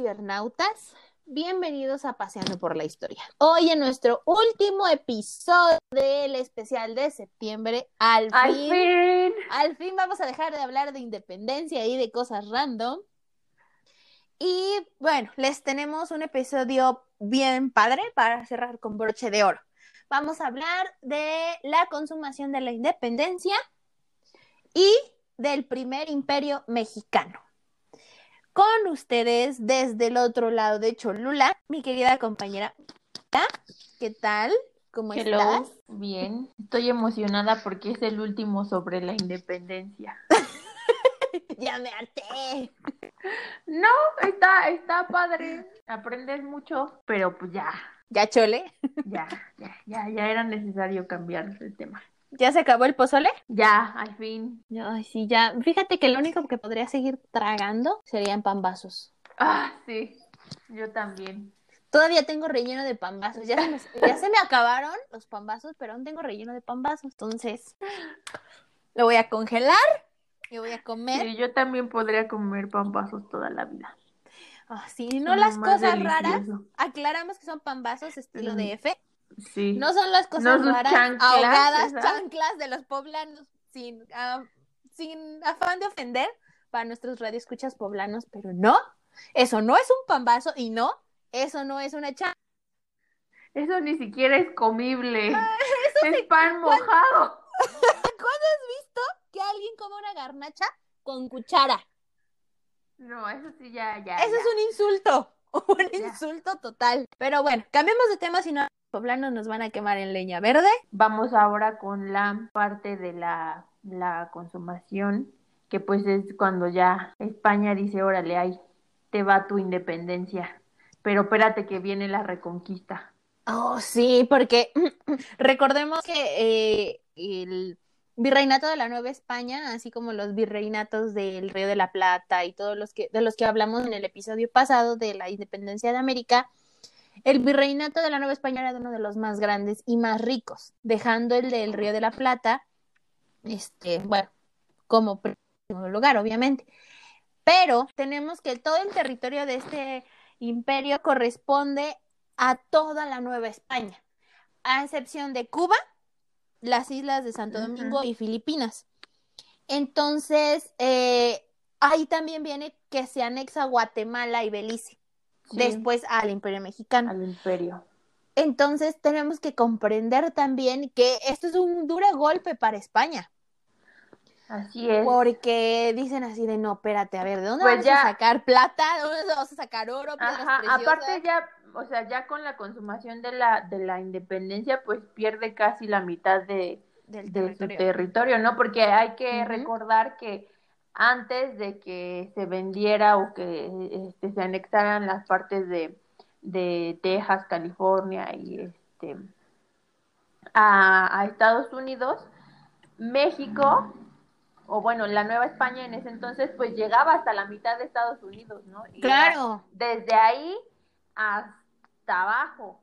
cibernautas, bienvenidos a Paseando por la Historia. Hoy en nuestro último episodio del especial de septiembre, al fin vamos a dejar de hablar de independencia y de cosas random. Y bueno, les tenemos un episodio bien padre para cerrar con broche de oro. Vamos a hablar de la consumación de la independencia y del primer imperio mexicano. Con ustedes desde el otro lado de Cholula, mi querida compañera. ¿Qué tal? ¿Cómo estás? Bien. Estoy emocionada porque es el último sobre la independencia. ¡Ya me harté! No, está padre. Aprendes mucho, pero pues ya. ¿Ya chole? Ya era necesario cambiar el tema. ¿Ya se acabó el pozole? Ya, al fin. Ay, sí, ya. Fíjate que lo único que podría seguir tragando serían pambazos. Ah, sí. Yo también. Todavía tengo relleno de pambazos. Ya se me acabaron los pambazos, pero aún tengo relleno de pambazos. Entonces, lo voy a congelar y voy a comer. Sí, yo también podría comer pambazos toda la vida. Sí, no Son las cosas delicioso. raras. Aclaramos que son pambazos estilo DF. Sí. No son las cosas raras, chanclas, ahogadas, ¿sabes? chanclas de los poblanos, sin afán de ofender para nuestros radioescuchas poblanos, pero no, eso no es un pambazo y no, eso no es una chancla. Eso ni siquiera es comible. Es pan mojado. ¿Cuándo has visto que alguien come una garnacha con cuchara? No, eso sí ya. Eso es un insulto. Insulto total. Pero bueno, cambiemos de tema, si no, los poblanos nos van a quemar en leña verde. Vamos ahora con la parte de la consumación, que pues es cuando ya España dice, órale, ahí te va tu independencia. Pero espérate que viene la reconquista. Oh, sí, porque recordemos que el virreinato de la Nueva España, así como los virreinatos del Río de la Plata y todos de los que hablamos en el episodio pasado de la independencia de América, el virreinato de la Nueva España era uno de los más grandes y más ricos, dejando el del Río de la Plata, bueno, como primer lugar, obviamente. Pero tenemos que todo el territorio de este imperio corresponde a toda la Nueva España, a excepción de Cuba, las islas de Santo Domingo y Filipinas. Entonces, ahí también viene que se anexa Guatemala y Belice, después al imperio mexicano. Al imperio. Entonces, tenemos que comprender también que esto es un duro golpe para España. Así es. Porque dicen así de, no, espérate, a ver, ¿de dónde vamos a sacar plata? ¿De dónde vamos a sacar oro? Ajá, aparte ya, o sea, ya con la consumación de la independencia, pues pierde casi la mitad de su territorio, ¿no? Porque hay que recordar que antes de que se vendiera o que se anexaran las partes de Texas, California y a Estados Unidos, México, o bueno, la Nueva España en ese entonces, pues llegaba hasta la mitad de Estados Unidos, ¿no? Y claro. Desde ahí hasta abajo.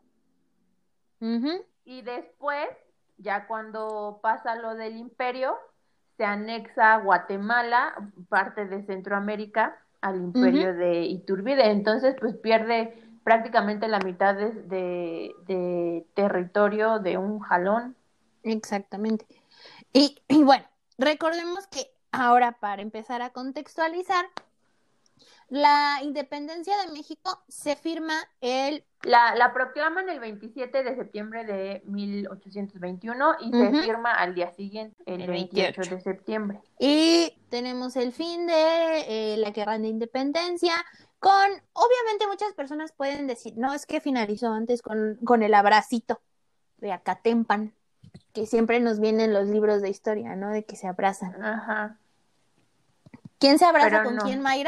Y después, ya cuando pasa lo del imperio, se anexa Guatemala, parte de Centroamérica, al imperio de Iturbide. Entonces, pues pierde prácticamente la mitad de territorio de un jalón. Exactamente. Y bueno, recordemos que ahora, para empezar a contextualizar, la independencia de México se firma La proclaman el 27 de septiembre de 1821 y se firma al día siguiente, el 28 de septiembre. Y tenemos el fin de la guerra de independencia obviamente muchas personas pueden decir, no, es que finalizó antes con el abracito de Acatempan, que siempre nos vienen los libros de historia, ¿no? De que se abrazan. Ajá. ¿Quién se abraza con quién, Mayra?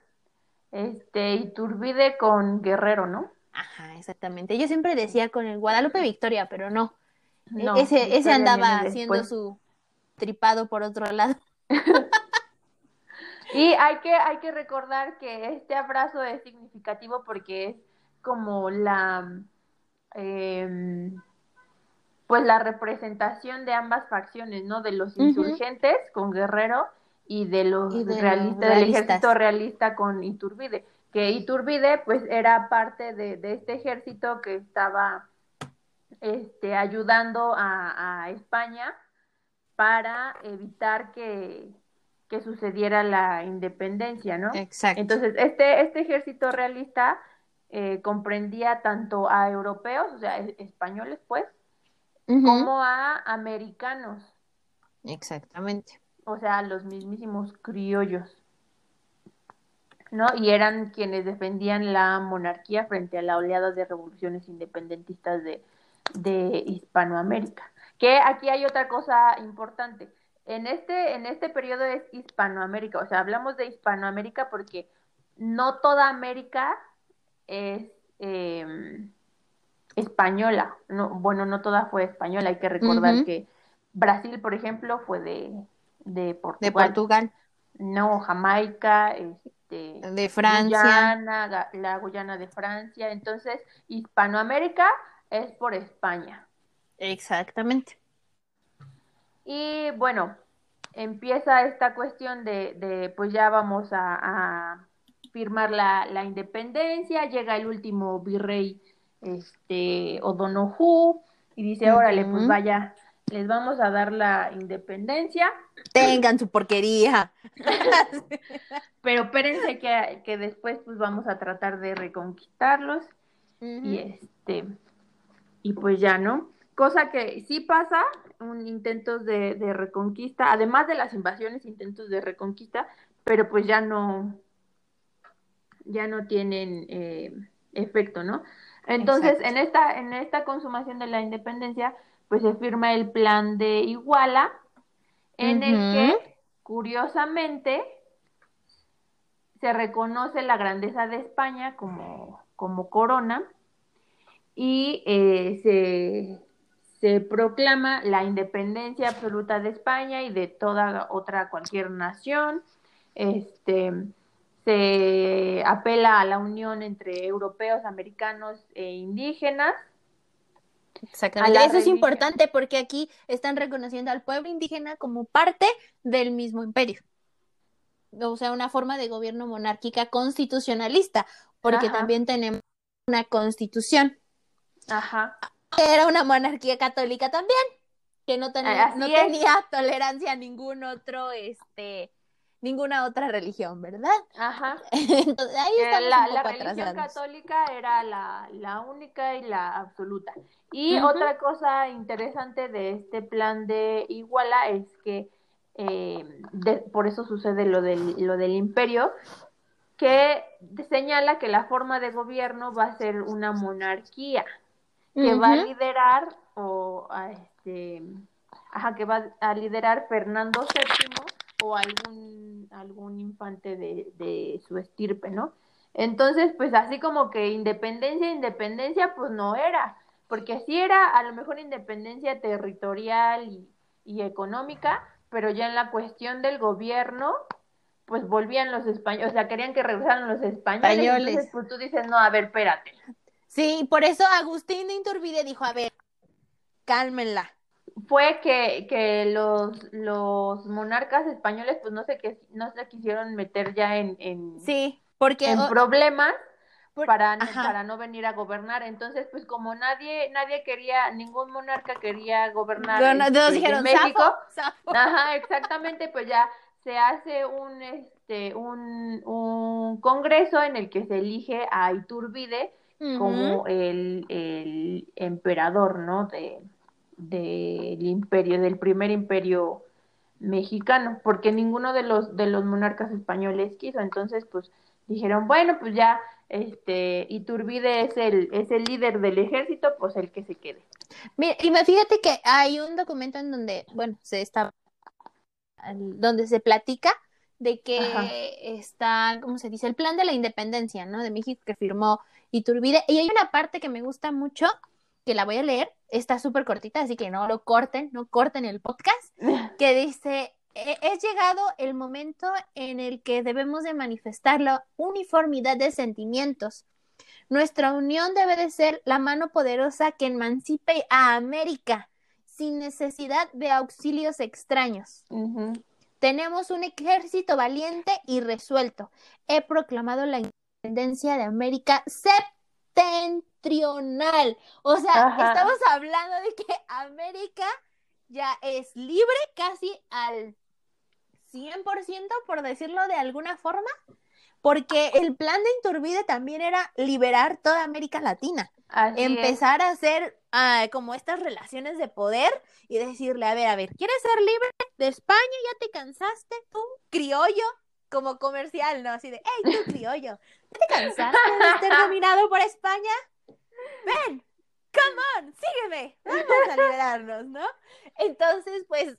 Iturbide con Guerrero, ¿no? Ajá, exactamente. Yo siempre decía con el Guadalupe Victoria, pero no. Ese andaba haciendo su tripado por otro lado. Y hay que recordar que este abrazo es significativo porque es como pues la representación de ambas facciones, ¿no? De los insurgentes con Guerrero y de los realistas, del ejército realista con Iturbide. que Iturbide pues era parte de este ejército que estaba ayudando a España para evitar que sucediera la independencia, ¿no? Exacto. Entonces, este ejército realista comprendía tanto a europeos, o sea, españoles, pues, Ujú. como a americanos, Exactamente. o sea, los mismísimos criollos, ¿no? Y eran quienes defendían la monarquía frente a la oleada de revoluciones independentistas de Hispanoamérica. Que aquí hay otra cosa importante. En este periodo es Hispanoamérica, o sea, hablamos de Hispanoamérica porque no toda América es española. No, bueno, no toda fue española. Hay que recordar Ujú. que Brasil, por ejemplo, fue de De Portugal. Portugal, No, Jamaica, de Francia. Guyana, la Guyana de Francia. Entonces, Hispanoamérica es por España. Exactamente. Y bueno, empieza esta cuestión pues ya vamos a firmar la independencia, llega el último virrey, O'Donoghue, y dice, órale, pues Ujú. vaya, les vamos a dar la independencia, Tengan su porquería. pero espérense que después pues vamos a tratar de reconquistarlos, y Ujú. y pues ya, ¿no? Cosa que sí pasa, intentos de reconquista, además de las invasiones, intentos de reconquista, pero pues ya no tienen efecto, ¿no? Entonces, Exacto. en esta consumación de la independencia, pues se firma el plan de Iguala, en el que, Ujú. curiosamente, se reconoce la grandeza de España como corona, y se proclama la independencia absoluta de España y de toda otra cualquier nación. Este, Se apela a la unión entre europeos, americanos e indígenas, a Exactamente. la Eso es religión. importante porque aquí están reconociendo al pueblo indígena como parte del mismo imperio. O sea, una forma de gobierno monárquica constitucionalista, porque Ajá, también tenemos una constitución, ajá. que era una monarquía católica también, que no Así es. tenía tolerancia a ningún otro, ninguna otra religión, ¿verdad? Ajá. Entonces, ahí estamos un La poco religión atrasados. católica era la única y la absoluta. Y Ujú. otra cosa interesante de este plan de Iguala es que por eso sucede lo del imperio, que señala que la forma de gobierno va a ser una monarquía que va a Ujú. liderar que va a liderar Fernando VII o algún infante de su estirpe, ¿no? Entonces, pues así como que independencia, pues no era, porque sí era a lo mejor independencia territorial y económica, pero ya en la cuestión del gobierno, pues volvían los españoles, o sea, querían que regresaran los españoles, entonces Españoles. pues tú dices, no, a ver, espérate. Sí, por eso Agustín de Iturbide dijo, a ver, cálmenla. Fue que los monarcas españoles pues no se quisieron meter ya Sí, porque, en problemas ajá, para no venir a gobernar. Entonces, pues como nadie quería, ningún monarca quería gobernar todos en dijeron, Safo, México, Safo. ajá, exactamente, pues ya se hace un congreso en el que se elige a Iturbide Ujú. como el emperador, ¿no? Del imperio, del primer imperio mexicano, porque ninguno de los monarcas españoles quiso. Entonces, pues dijeron, bueno, pues ya, Iturbide es el líder del ejército, pues el que se quede. Mira, fíjate que hay un documento en donde, bueno, donde se platica de Ajá, que está, ¿cómo se dice? El plan de la independencia, ¿no? De México que firmó Iturbide. Y hay una parte que me gusta mucho, que la voy a leer, está súper cortita, así que no lo corten, no corten el podcast, que dice, es llegado el momento en el que debemos de manifestar la uniformidad de sentimientos. Nuestra unión debe de ser la mano poderosa que emancipe a América sin necesidad de auxilios extraños. ujú, Tenemos un ejército valiente y resuelto. He proclamado la independencia de América septentrional. O sea, estamos hablando de que América ya es libre casi al 100%, por decirlo de alguna forma, porque el plan de Iturbide también era liberar toda América Latina. Empezar a hacer como estas relaciones de poder y decirle, a ver, ¿quieres ser libre de España? ¿Ya te cansaste tú, criollo? Como comercial, ¿no? Así de, hey, tú, criollo, ¿ya te cansaste de ser dominado por España? Ven, come on, sígueme, vamos a liberarnos, ¿no? Entonces, pues,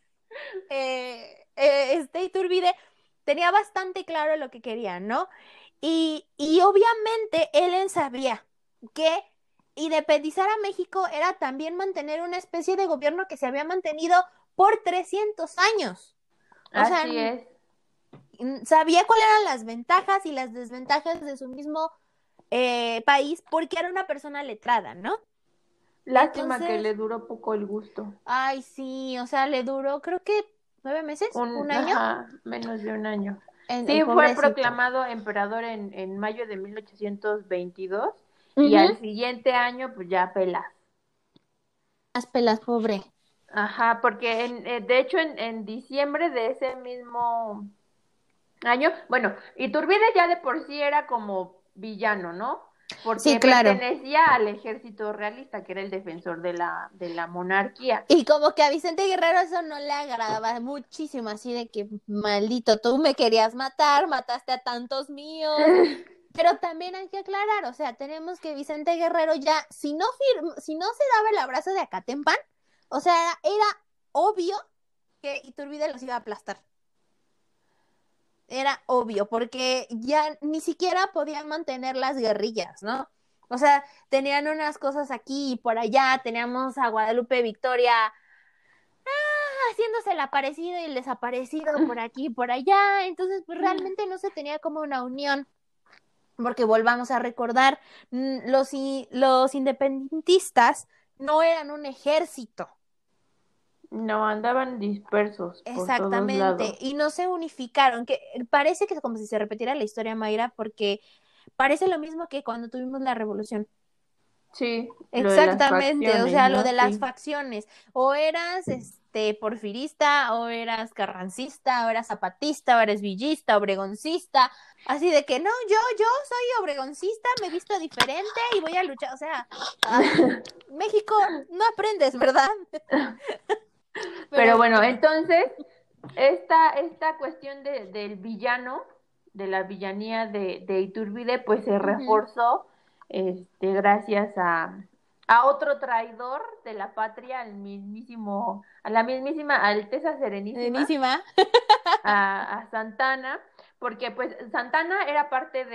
Iturbide tenía bastante claro lo que quería, ¿no? Y obviamente él sabía que independizar a México era también mantener una especie de gobierno que se había mantenido por 300 años. Así es. Sabía cuáles eran las ventajas y las desventajas de su mismo país, porque era una persona letrada, ¿no? Lástima que le duró poco el gusto. Ay, sí, o sea, le duró creo que 9 meses, un año. Ajá, menos de un año. Sí, fue proclamado emperador en mayo de 1822 y al siguiente año pues ya pelas. Las pelas, pobre. Ajá, porque de hecho en diciembre de ese mismo año, bueno, Iturbide ya de por sí era como villano, ¿no? Porque sí, claro, pertenecía al ejército realista, que era el defensor de la monarquía. Y como que a Vicente Guerrero eso no le agradaba muchísimo, así de que, maldito, tú me querías matar, mataste a tantos míos. Pero también hay que aclarar, o sea, tenemos que Vicente Guerrero ya, si no se daba el abrazo de Acatempan, o sea, era obvio que Iturbide los iba a aplastar. Era obvio, porque ya ni siquiera podían mantener las guerrillas, ¿no? O sea, tenían unas cosas aquí y por allá, teníamos a Guadalupe Victoria haciéndose el aparecido y el desaparecido por aquí y por allá, entonces pues realmente no se tenía como una unión, porque volvamos a recordar, los independentistas no eran un ejército. No, andaban dispersos por todos lados. Exactamente, y no se unificaron, que parece que es como si se repitiera la historia, Mayra, porque parece lo mismo que cuando tuvimos la revolución. Sí, exactamente, o sea, ¿no? lo de las facciones, o eras porfirista, o eras carrancista, o eras zapatista, o eres villista, obregoncista, así de que no, yo soy obregoncista, me visto diferente y voy a luchar, o sea, México, no aprendes, ¿verdad? Pero bueno, entonces, esta cuestión del villano, de la villanía de Iturbide, pues se reforzó gracias a otro traidor de la patria, a la mismísima Alteza Serenísima, a Santana, porque pues Santana era parte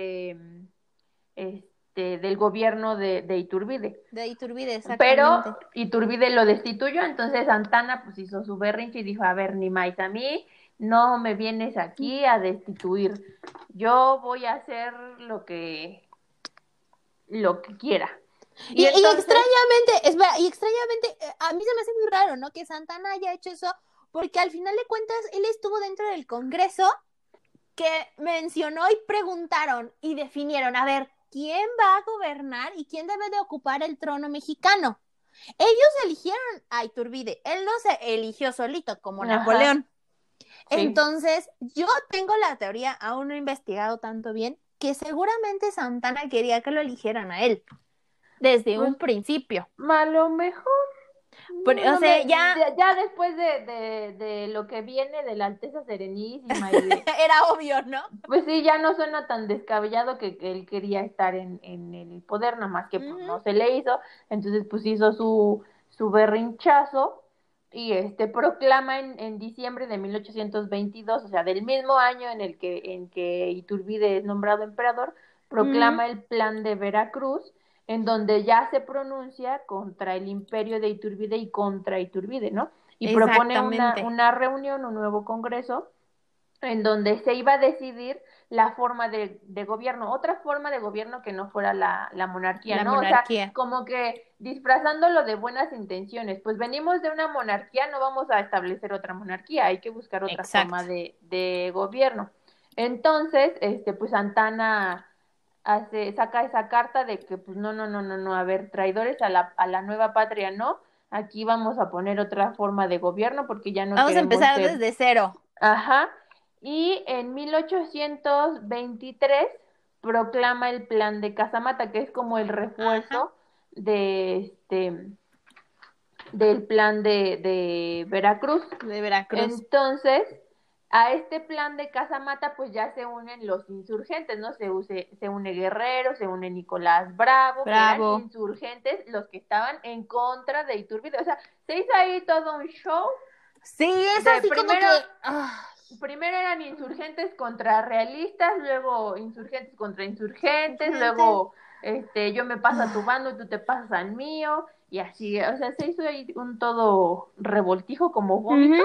del gobierno de Iturbide. De Iturbide, exactamente. Pero Iturbide lo destituyó, entonces Santana pues hizo su berrinche y dijo, a ver, ni más, a mí no me vienes aquí a destituir, yo voy a hacer lo que quiera. Y extrañamente, a mí se me hace muy raro, ¿no? Que Santana haya hecho eso, porque al final de cuentas él estuvo dentro del Congreso que mencionó y preguntaron y definieron, a ver, ¿quién va a gobernar y quién debe de ocupar el trono mexicano? Ellos eligieron a Iturbide, él no se eligió solito como Napoleón. Sí. Entonces, yo tengo la teoría, aún no he investigado tanto bien, que seguramente Santana quería que lo eligieran a él desde un principio. A lo mejor. Pero, o sea, ya después de lo que viene de la Alteza Serenísima era obvio, ¿no? Pues sí, ya no suena tan descabellado que él quería estar en el poder, nada más que pues, no se le hizo, entonces pues hizo su berrinchazo y proclama en diciembre de 1822, o sea, del mismo año en que Iturbide es nombrado emperador, proclama el plan de Veracruz, en donde ya se pronuncia contra el imperio de Iturbide y contra Iturbide, ¿no? Y propone una reunión, un nuevo congreso, en donde se iba a decidir la forma de gobierno, otra forma de gobierno que no fuera la monarquía, ¿no? Monarquía. O sea, como que disfrazándolo de buenas intenciones, pues venimos de una monarquía, no vamos a establecer otra monarquía, hay que buscar otra forma de gobierno. Entonces, pues Santana saca esa carta de que pues no, no, no, no, no, a ver, traidores a la nueva patria, no, aquí vamos a poner otra forma de gobierno porque ya no Vamos a queremos empezar ser, desde cero. ajá, y en 1823 proclama el plan de Casamata, que es como el Ajá, refuerzo de del plan de Veracruz. de Veracruz. Entonces, a este plan de Casamata, pues ya se unen los insurgentes, ¿no? Se une Guerrero, se une Nicolás Bravo, que eran Bravo. insurgentes los que estaban en contra de Iturbide. O sea, se hizo ahí todo un show Sí, es de así como que, primero, ah, primero eran insurgentes contra realistas, luego insurgentes contra insurgentes, gente, luego yo me paso a tu ah, bando y tú te pasas al mío, y así, o sea, se hizo ahí un todo revoltijo como vómito. ujú.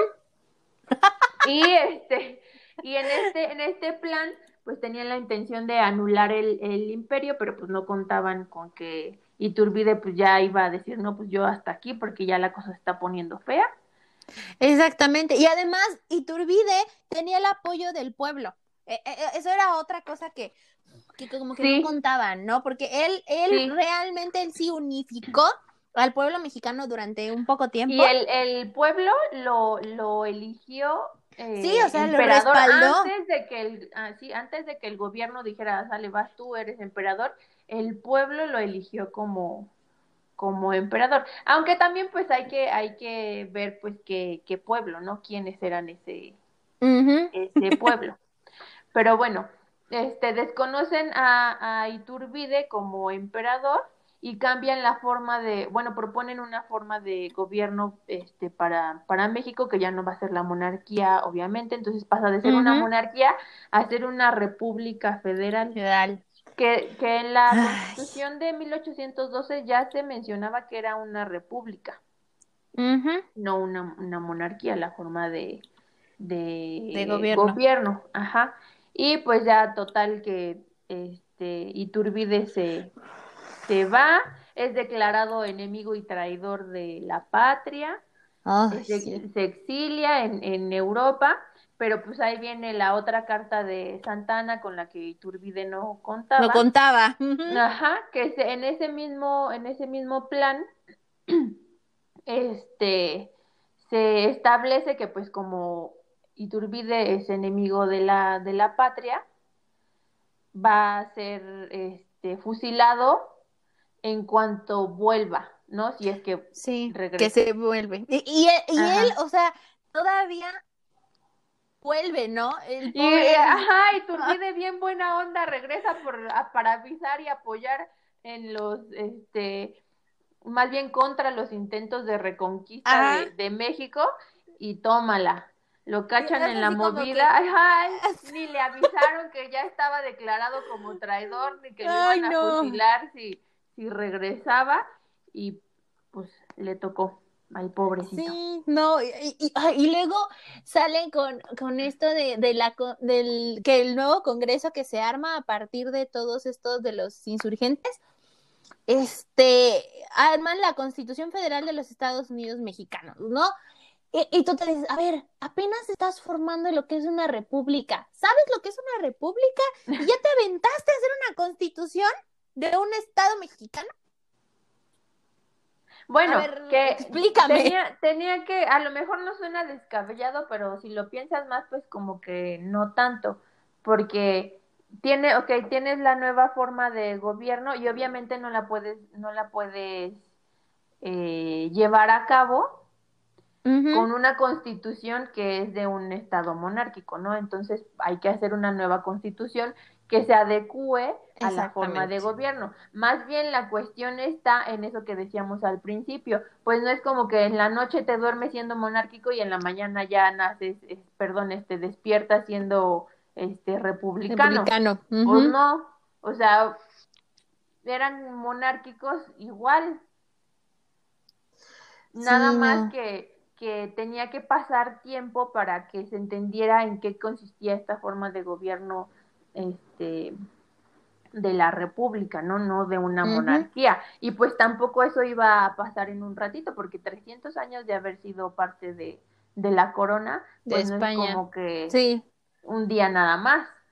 Y y en este plan, pues tenían la intención de anular el imperio, pero pues no contaban con que Iturbide pues ya iba a decir, no, pues yo hasta aquí, porque ya la cosa se está poniendo fea. Exactamente. Y además, Iturbide tenía el apoyo del pueblo. Eso era otra cosa que como que no Sí, contaban, ¿no? Porque él sí. realmente él sí unificó al pueblo mexicano durante un poco Y tiempo. el pueblo lo eligió Sí, o sea, lo emperador respaldó. sí, antes de que el gobierno dijera, sale, vas tú, eres emperador, el pueblo lo eligió como emperador. Aunque también pues hay que ver pues qué pueblo, ¿no? Quiénes eran Ujú. ese pueblo. Pero bueno, desconocen a Iturbide como emperador y cambian la forma bueno, proponen una forma de gobierno para México que ya no va a ser la monarquía, obviamente, entonces pasa de ser una Ujú. monarquía a ser una república federal. Dale. Que en la Ay, Constitución de 1812 ya se mencionaba que era una república, ujú. no una monarquía, la forma De de gobierno. gobierno, ajá. Y pues ya total que Iturbide se va, es declarado enemigo y traidor de la patria, Ay, sí. se exilia en Europa, pero pues ahí viene la otra carta de Santana con la que Iturbide no No contaba. contaba. Ujú. Ajá, que en ese mismo plan, este, se establece que pues como Iturbide es enemigo de la patria, va a ser fusilado en cuanto vuelva, ¿no? Si es que Sí, que regresa. se vuelve. Y él, Ajá. o sea, todavía vuelve, ¿no? El Y, pobre. ajá, Iturbide bien buena onda, regresa para avisar y apoyar en más bien contra los intentos de reconquista Ajá. de México y tómala. Lo Y cachan es en la así como movida, que. ajá, ni le avisaron que ya estaba declarado como traidor, ni que lo Ay, iban a no. fusilar si regresaba, y pues le tocó al pobrecito. Sí, no, y luego salen con esto del que el nuevo Congreso que se arma a partir de todos estos de los insurgentes, arman la Constitución Federal de los Estados Unidos Mexicanos, ¿no? Y tú te dices, a ver, apenas estás formando lo que es una república. ¿Sabes lo que es una república? ¿Y ya te aventaste a hacer una constitución de un estado mexicano? A Bueno, ver, que explícame. tenía que, a lo mejor no suena descabellado, pero si lo piensas más, pues como que no tanto, porque tienes la nueva forma de gobierno y obviamente no la puedes llevar a cabo Ujú. con una constitución que es de un estado monárquico, ¿no? Entonces hay que hacer una nueva constitución que se adecue a la forma de Exactamente. gobierno. Más bien la cuestión está en eso que decíamos al principio, pues no es como que en la noche te duermes siendo monárquico y en la mañana ya naces, perdón, despiertas siendo republicano. Republicano. Pues Ujú. no, o sea, eran monárquicos igual, nada Sí, más no. que tenía que pasar tiempo para que se entendiera en qué consistía esta forma de gobierno este, de la república, ¿no? No de una Ujú. monarquía. Y pues tampoco eso iba a pasar en un ratito, porque 300 años de haber sido parte de la corona, De pues no es España. como que Sí. un día nada más.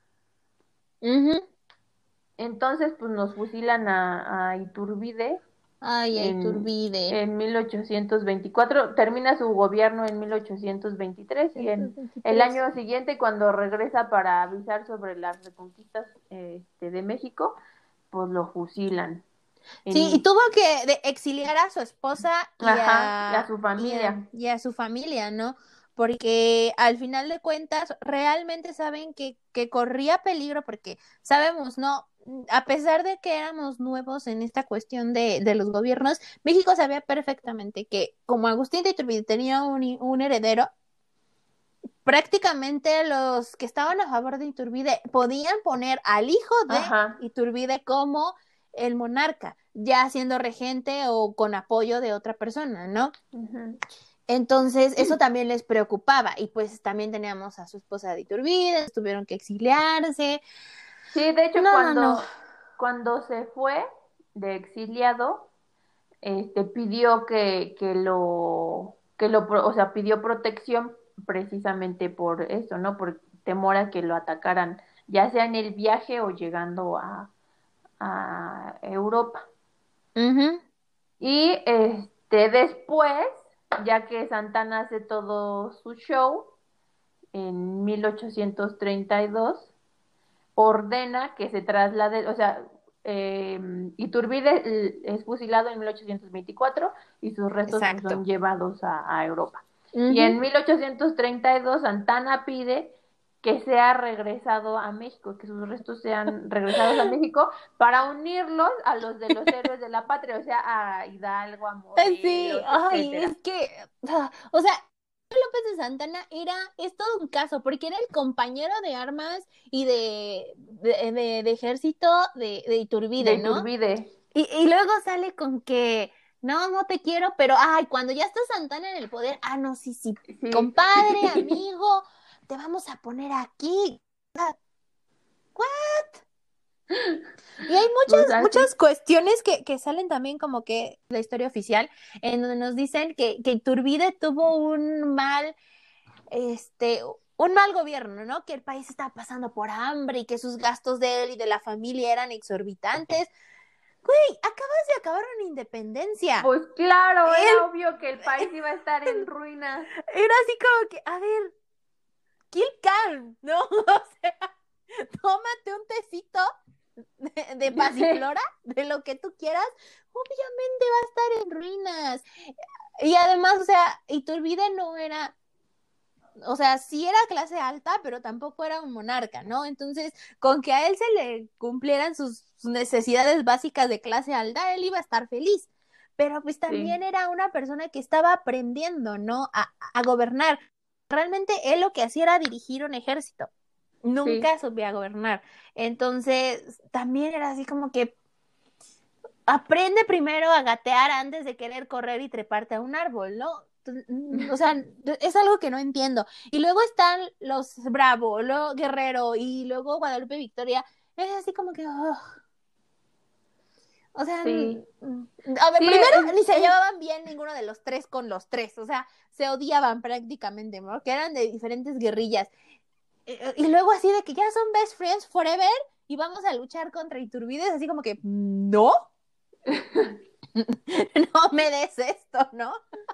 Ujú. Entonces, pues nos fusilan a Iturbide Ay, ay, en, Iturbide. en 1824, termina su gobierno en 1823 y el 123. año siguiente, cuando regresa para avisar sobre las reconquistas de México, pues lo fusilan. Sí, y En, tuvo que exiliar a su esposa ajá, y a su familia. y a su familia, ¿no? Porque al final de cuentas realmente saben que corría peligro porque sabemos, ¿no? A pesar de que éramos nuevos en esta cuestión de los gobiernos, México sabía perfectamente que como Agustín de Iturbide tenía un heredero, prácticamente los que estaban a favor de Iturbide podían poner al hijo de Ajá. Iturbide como el monarca, ya siendo regente o con apoyo de otra persona, ¿no? Ujú. Entonces, eso también les preocupaba. Y pues también teníamos a su esposa de Iturbide, tuvieron que exiliarse. Sí, de hecho, No, no, no. cuando se fue de exiliado, pidió o sea, pidió protección precisamente por eso, ¿no? Por temor a que lo atacaran, ya sea en el viaje o llegando a Europa. Ujú. Y después, ya que Santana hace todo su show, en 1832 ordena que se traslade, o sea, Iturbide es fusilado en 1824 y sus restos pues, son Exacto. llevados a Europa. Y Ujú. en 1832 Santana pide que sea regresado a México, que sus restos sean regresados a México para unirlos a los de los héroes de la patria, o sea, a Hidalgo, a Sí, Morelos, ay, etcétera. es que, o sea, López de Santana es todo un caso, porque era el compañero de armas y de ejército de De Iturbide, ¿no? Iturbide, Y luego sale con que, no, no te quiero, pero, ay, cuando ya está Santana en el poder, no, sí, sí, sí. compadre, amigo, te vamos a poner aquí. Y hay Pues muchas así. cuestiones que salen también como que la historia oficial, en donde nos dicen que Iturbide tuvo este, un mal gobierno, ¿no? Que el país estaba pasando por hambre y que sus gastos de él y de la familia eran exorbitantes. Güey, acabas de acabar una independencia. Pues claro, Él era obvio que el país iba a estar en ruinas. era así como que, a ver, kill calm, ¿no? O sea, tómate un tecito de pasiflora, de lo que tú quieras, obviamente va a estar en ruinas. Y además, o sea, Iturbide no era, o sea, sí era clase alta, pero tampoco era un monarca, ¿no? Entonces, con que a él se le cumplieran sus necesidades básicas de clase alta, él iba a estar feliz. Pero pues Sí, también era una persona que estaba aprendiendo, ¿no? A gobernar. Realmente él lo que hacía era dirigir un ejército. sí, Nunca subía a gobernar. Entonces, también era así como que aprende primero a gatear antes de querer correr y treparte a un árbol, ¿no? O sea, es algo que no entiendo. Y luego están los Bravo, luego Guerrero y luego Guadalupe Victoria. Es así como que, o sea, sí. a ver, Sí, primero ni se llevaban bien ninguno de los tres con los tres, o sea, se odiaban prácticamente, ¿no? Que eran de diferentes guerrillas. Y luego así de que ya son best friends forever y vamos a luchar contra Iturbide, es así como que, no, no me des esto, ¿no?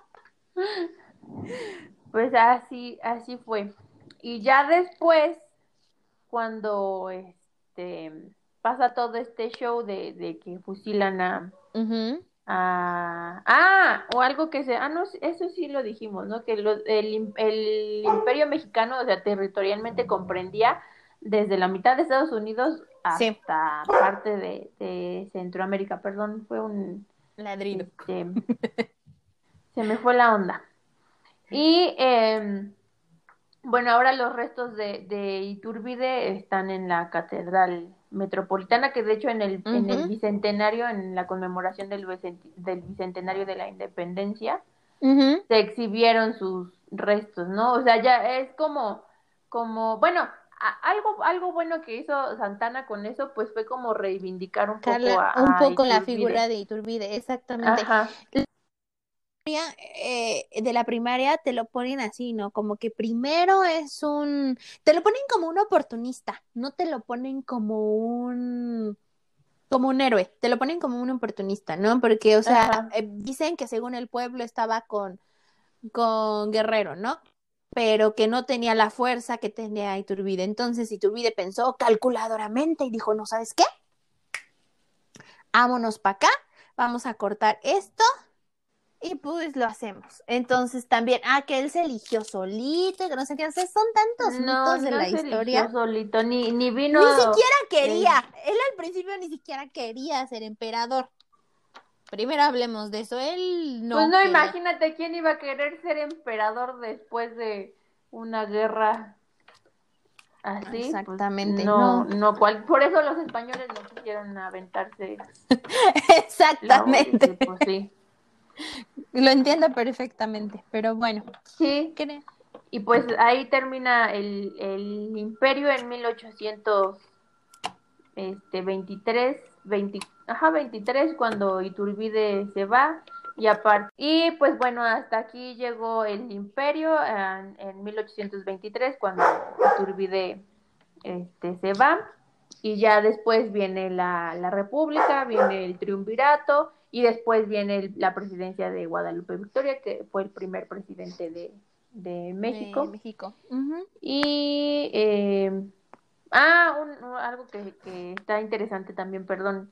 pues así fue. Y ya después, cuando pasa todo este show de que fusilan Ujú. o algo que no, eso sí lo dijimos, ¿no? Que el Imperio Mexicano, o sea, territorialmente comprendía desde la mitad de Estados Unidos Sí, hasta parte de Centroamérica, perdón, ladrido. este, se me fue la onda. Y bueno, ahora los restos de Iturbide están en la Catedral Metropolitana, que de hecho en el Ujú, bicentenario, en la conmemoración del bicentenario de la independencia, ujú. se exhibieron sus restos, ¿no? O sea, ya es bueno, algo bueno que hizo Santana con eso, pues fue como reivindicar un poco Carla, un a poco la Iturbide. figura de Iturbide, exactamente. Ajá, de la primaria te lo ponen así, ¿no? Como que primero te lo ponen como un oportunista, no te lo ponen como un héroe, te lo ponen como un oportunista, ¿no? Porque, o sea, Ajá. dicen que según el pueblo estaba con Guerrero, ¿no? Pero que no tenía la fuerza que tenía Iturbide. Entonces Iturbide pensó calculadoramente y dijo, no, ¿sabes qué? Vámonos para acá, vamos a cortar esto y pues lo hacemos. Entonces también, que él se eligió solito y que no sé qué hacer, son tantos No, mitos de no la se eligió historia. solito, ni Ni vino. siquiera eh, quería, él al principio ni siquiera quería ser emperador. Primero hablemos de eso, él Pues no no, quería. imagínate quién iba a querer ser emperador después de una guerra así, pues Exactamente, no, no. no, por eso los españoles no quisieron aventarse labor, Exactamente. dije, pues sí. Lo entiendo perfectamente, pero bueno, Sí, ¿qué? y pues ahí termina el imperio en 1823, 23 cuando Iturbide se va y pues bueno, hasta aquí llegó el imperio en 1823 cuando Iturbide se va y ya después viene la república, viene el triunvirato y después viene la presidencia de Guadalupe Victoria, que fue el primer presidente de De México. México. Ujú. Y algo que está interesante también, perdón.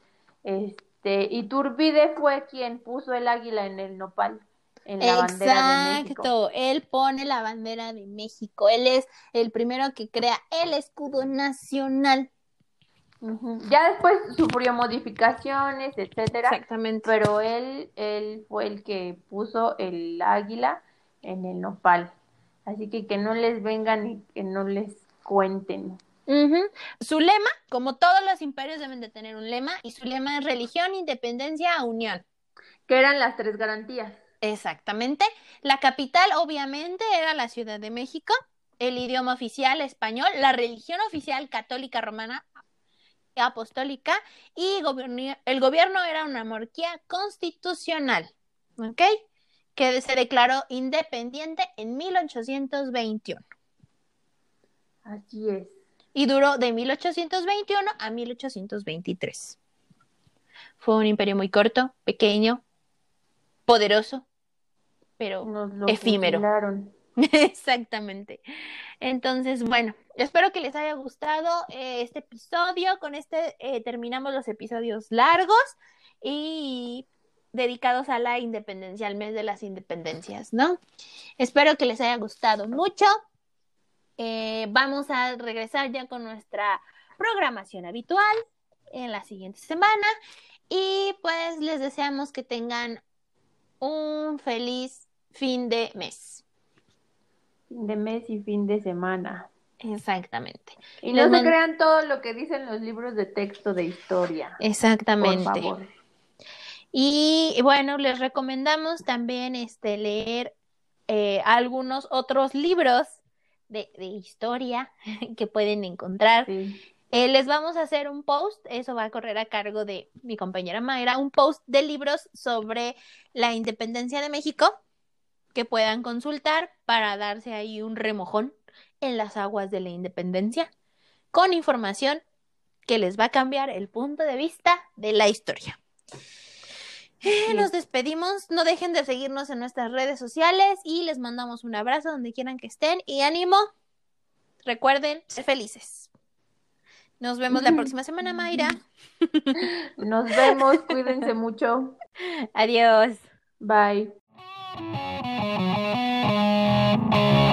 Iturbide fue quien puso el águila en el nopal, en la bandera de México. Exacto, él pone la bandera de México, él es el primero que crea el escudo nacional. Ujú. Ya después sufrió modificaciones, etcétera, Exactamente. pero él fue el que puso el águila en el nopal. Así que no les vengan y que no les cuenten. Ujú. Su lema, como todos los imperios deben de tener un lema, y su lema es religión, independencia, unión. ¿Qué eran las tres garantías? Exactamente. La capital, obviamente, era la Ciudad de México, el idioma oficial español, la religión oficial católica romana apostólica y el gobierno era una monarquía constitucional, ¿ok? Que se declaró independiente en 1821 Así es. y duró de 1821 a 1823. Fue un imperio muy corto, pequeño, poderoso, pero Nos lo efímero. fusilaron. Exactamente. Entonces, bueno, espero que les haya gustado este episodio. Con este terminamos los episodios largos y dedicados a la independencia, al mes de las independencias, ¿no? Espero que les haya gustado mucho. Vamos a regresar ya con nuestra programación habitual en la siguiente semana y pues les deseamos que tengan un feliz fin de mes. Fin de mes y fin de semana. Exactamente. Y Les no se man- crean todo lo que dicen los libros de texto de historia, por Exactamente. favor. Y bueno, les recomendamos también leer algunos otros libros de historia que pueden encontrar. Sí. Les vamos a hacer un post, eso va a correr a cargo de mi compañera Mayra, un post de libros sobre la independencia de México que puedan consultar para darse ahí un remojón en las aguas de la independencia con información que les va a cambiar el punto de vista de la historia. Así Nos es. despedimos, no dejen de seguirnos en nuestras redes sociales y les mandamos un abrazo donde quieran que estén y ánimo, recuerden ser felices. Nos vemos la próxima semana, Mayra. Nos vemos, cuídense mucho. Adiós. Bye.